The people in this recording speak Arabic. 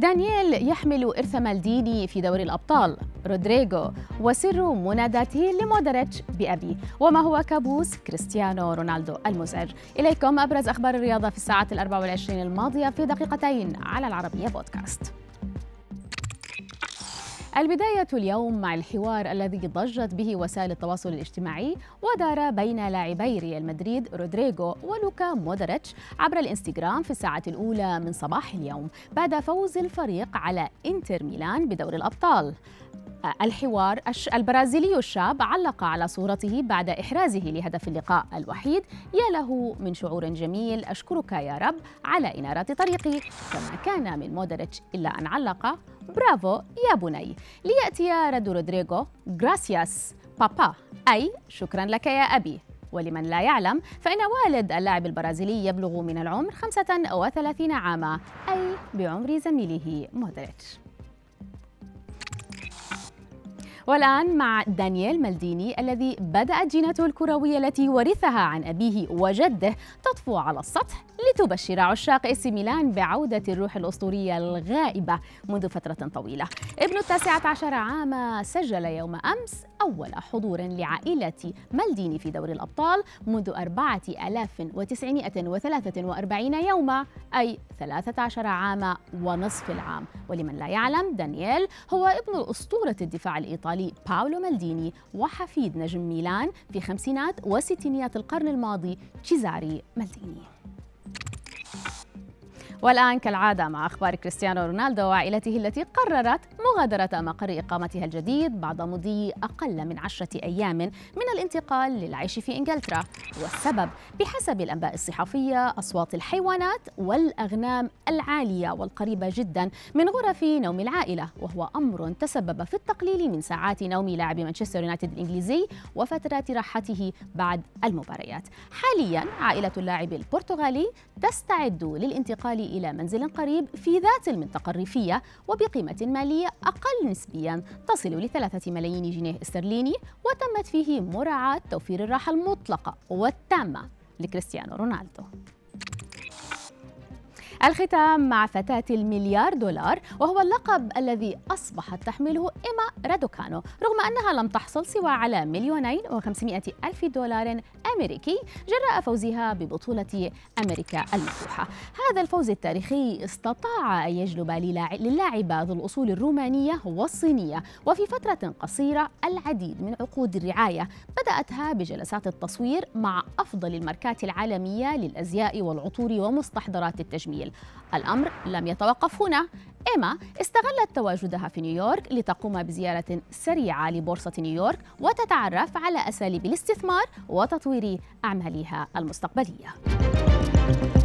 دانييل يحمل إرث مالديني في دوري الأبطال. رودريغو وسر مناداته لمودريتش بأبي. وما هو كابوس كريستيانو رونالدو المزعج؟ إليكم أبرز أخبار الرياضة في الساعات 24 الماضية في دقيقتين على العربية بودكاست. البداية اليوم مع الحوار الذي ضجت به وسائل التواصل الاجتماعي ودار بين لاعبي ريال مدريد رودريغو ولوكا مودريتش عبر الانستغرام في الساعة الأولى من صباح اليوم بعد فوز الفريق على إنتر ميلان بدوري الأبطال. الحوار البرازيلي الشاب علق على صورته بعد إحرازه لهدف اللقاء الوحيد: يا له من شعور جميل، أشكرك يا رب على إنارة طريقي. فما كان من مودريتش إلا أن علق: برافو يا بني. ليأتي رد رودريغو: غراسياس بابا، أي شكرا لك يا أبي. ولمن لا يعلم فإن والد اللاعب البرازيلي يبلغ من العمر 35 عاما، أي بعمر زميله مودريتش. والآن مع دانييل مالديني الذي بدأت جينته الكروية التي ورثها عن أبيه وجده تطفو على السطح لتبشر عشاق إس ميلان بعودة الروح الأسطورية الغائبة منذ فترة طويلة. ابن 19 عاما سجل يوم أمس أول حضور لعائلة مالديني في دوري الأبطال منذ 4943 يوما، أي 13 عاما ونصف العام. ولمن لا يعلم، دانييل هو ابن الأسطورة الدفاع الإيطالي باولو مالديني وحفيد نجم ميلان في خمسينات وستينيات القرن الماضي تشيزاري مالديني. والآن كالعادة مع أخبار كريستيانو رونالدو وعائلته التي قررت مغادرة مقر إقامتها الجديد بعد مضي أقل من 10 أيام من الانتقال للعيش في إنجلترا. والسبب بحسب الأنباء الصحفية أصوات الحيوانات والأغنام العالية والقريبة جدا من غرف نوم العائلة، وهو أمر تسبب في التقليل من ساعات نوم لاعب مانشستر يونايتد الإنجليزي وفترات راحته بعد المباريات. حاليا عائلة اللاعب البرتغالي تستعد للانتقال إلى منزل قريب في ذات المنطقة الريفية وبقيمة مالية أقل نسبياً تصل ل3 ملايين جنيه استرليني، وتمت فيه مراعاة توفير الراحة المطلقة والتامة لكريستيانو رونالدو. الختام مع فتاة $1,000,000، وهو اللقب الذي أصبحت تحمله إيما رادوكانو رغم أنها لم تحصل سوى على $2,500,000 أمريكي جراء فوزها ببطولة أمريكا المفتوحة. هذا الفوز التاريخي استطاع أن يجلب للاعبة ذو الأصول الرومانية والصينية وفي فترة قصيرة العديد من عقود الرعاية بدأتها بجلسات التصوير مع أفضل الماركات العالمية للأزياء والعطور ومستحضرات التجميل. الأمر لم يتوقف هنا. إيما استغلت تواجدها في نيويورك لتقوم بزيارة سريعة لبورصة نيويورك وتتعرف على أساليب الاستثمار وتطوير أعمالها المستقبلية.